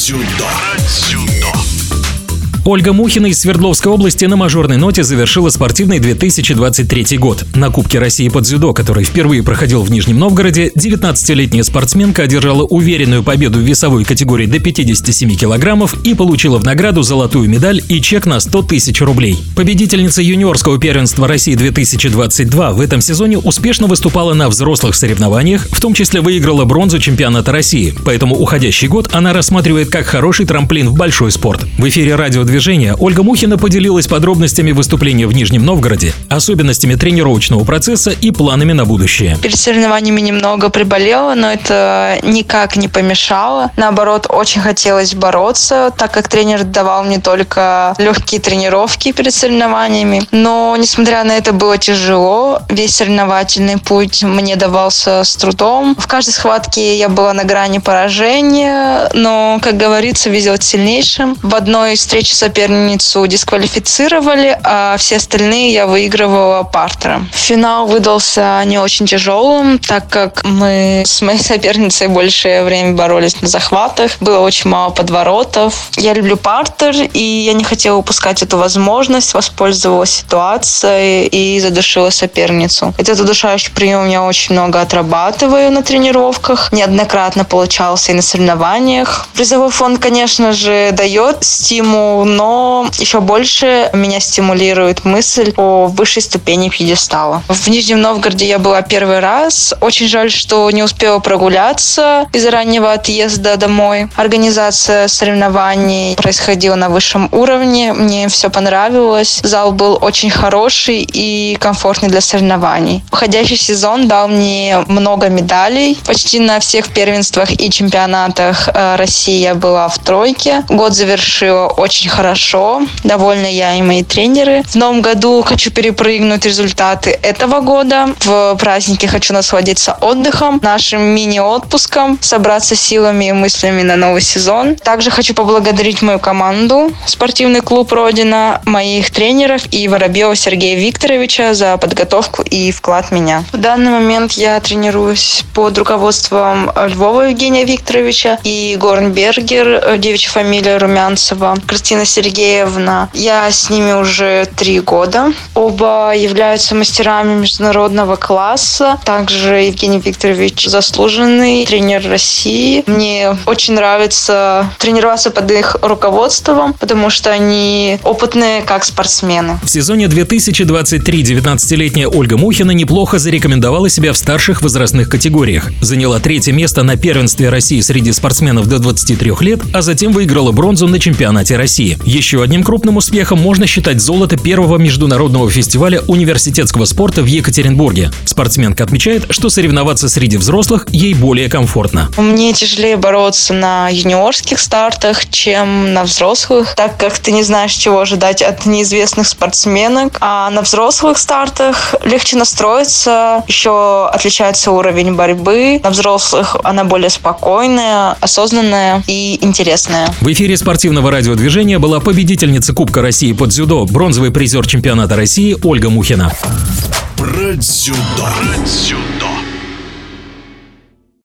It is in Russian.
Ольга Мухина из Свердловской области на мажорной ноте завершила спортивный 2023 год. На Кубке России по дзюдо, который впервые проходил в Нижнем Новгороде, 19-летняя спортсменка одержала уверенную победу в весовой категории до 57 килограммов и получила в награду золотую медаль и чек на 100 тысяч рублей. Победительница юниорского первенства России 2022 в этом сезоне успешно выступала на взрослых соревнованиях, в том числе выиграла бронзу чемпионата России. Поэтому уходящий год она рассматривает как хороший трамплин в большой спорт. В эфире радиодвижения Ольга Мухина поделилась подробностями выступления в Нижнем Новгороде, особенностями тренировочного процесса и планами на будущее. Перед соревнованиями немного приболела, но это никак не помешало. Наоборот, очень хотелось бороться, так как тренер давал мне только легкие тренировки перед соревнованиями. Но, несмотря на это, было тяжело. Весь соревновательный путь мне давался с трудом. В каждой схватке я была на грани поражения, но, как говорится, везет сильнейшим. В одной встрече соперницу дисквалифицировали, а все остальные я выигрывала партером. Финал выдался не очень тяжелым, так как мы с моей соперницей большее время боролись на захватах. Было очень мало подворотов. Я люблю партер, и я не хотела упускать эту возможность, воспользовалась ситуацией и задушила соперницу. Этот удушающий прием я очень много отрабатываю на тренировках. Неоднократно получался и на соревнованиях. Призовой фонд, конечно же, дает стимул, но еще больше меня стимулирует мысль о высшей ступени пьедестала. В Нижнем Новгороде я была первый раз. Очень жаль, что не успела прогуляться из-за раннего отъезда домой. Организация соревнований происходила на высшем уровне. Мне все понравилось. Зал был очень хороший и комфортный для соревнований. Уходящий сезон дал мне много медалей. Почти на всех первенствах и чемпионатах России я была в тройке. Год завершила очень хорошо. Довольны я и мои тренеры. В новом году хочу перепрыгнуть результаты этого года. В празднике хочу насладиться отдыхом, нашим мини-отпуском, собраться силами и мыслями на новый сезон. Также хочу поблагодарить мою команду, спортивный клуб «Родина», моих тренеров и Воробьева Сергея Викторовича за подготовку и вклад в меня. В данный момент я тренируюсь под руководством Львова Евгения Викторовича и Горнбергер, девичья фамилия Румянцева, Кристина Сергеевна. Я с ними уже 3 года. Оба являются мастерами международного класса. Также Евгений Викторович заслуженный тренер России. Мне очень нравится тренироваться под их руководством, потому что они опытные как спортсмены. В сезоне 2023 19-летняя Ольга Мухина неплохо зарекомендовала себя в старших возрастных категориях. Заняла 3-е место на первенстве России среди спортсменов до 23 лет, а затем выиграла бронзу на чемпионате России. Еще одним крупным успехом можно считать золото первого международного фестиваля университетского спорта в Екатеринбурге. Спортсменка отмечает, что соревноваться среди взрослых ей более комфортно. Мне тяжелее бороться на юниорских стартах, чем на взрослых, так как ты не знаешь, чего ожидать от неизвестных спортсменок. А на взрослых стартах легче настроиться, еще отличается уровень борьбы. На взрослых она более спокойная, осознанная и интересная. В эфире спортивного радиодвижения была победительница Кубка России по дзюдо, бронзовый призер чемпионата России Ольга Мухина. Про дзюдо.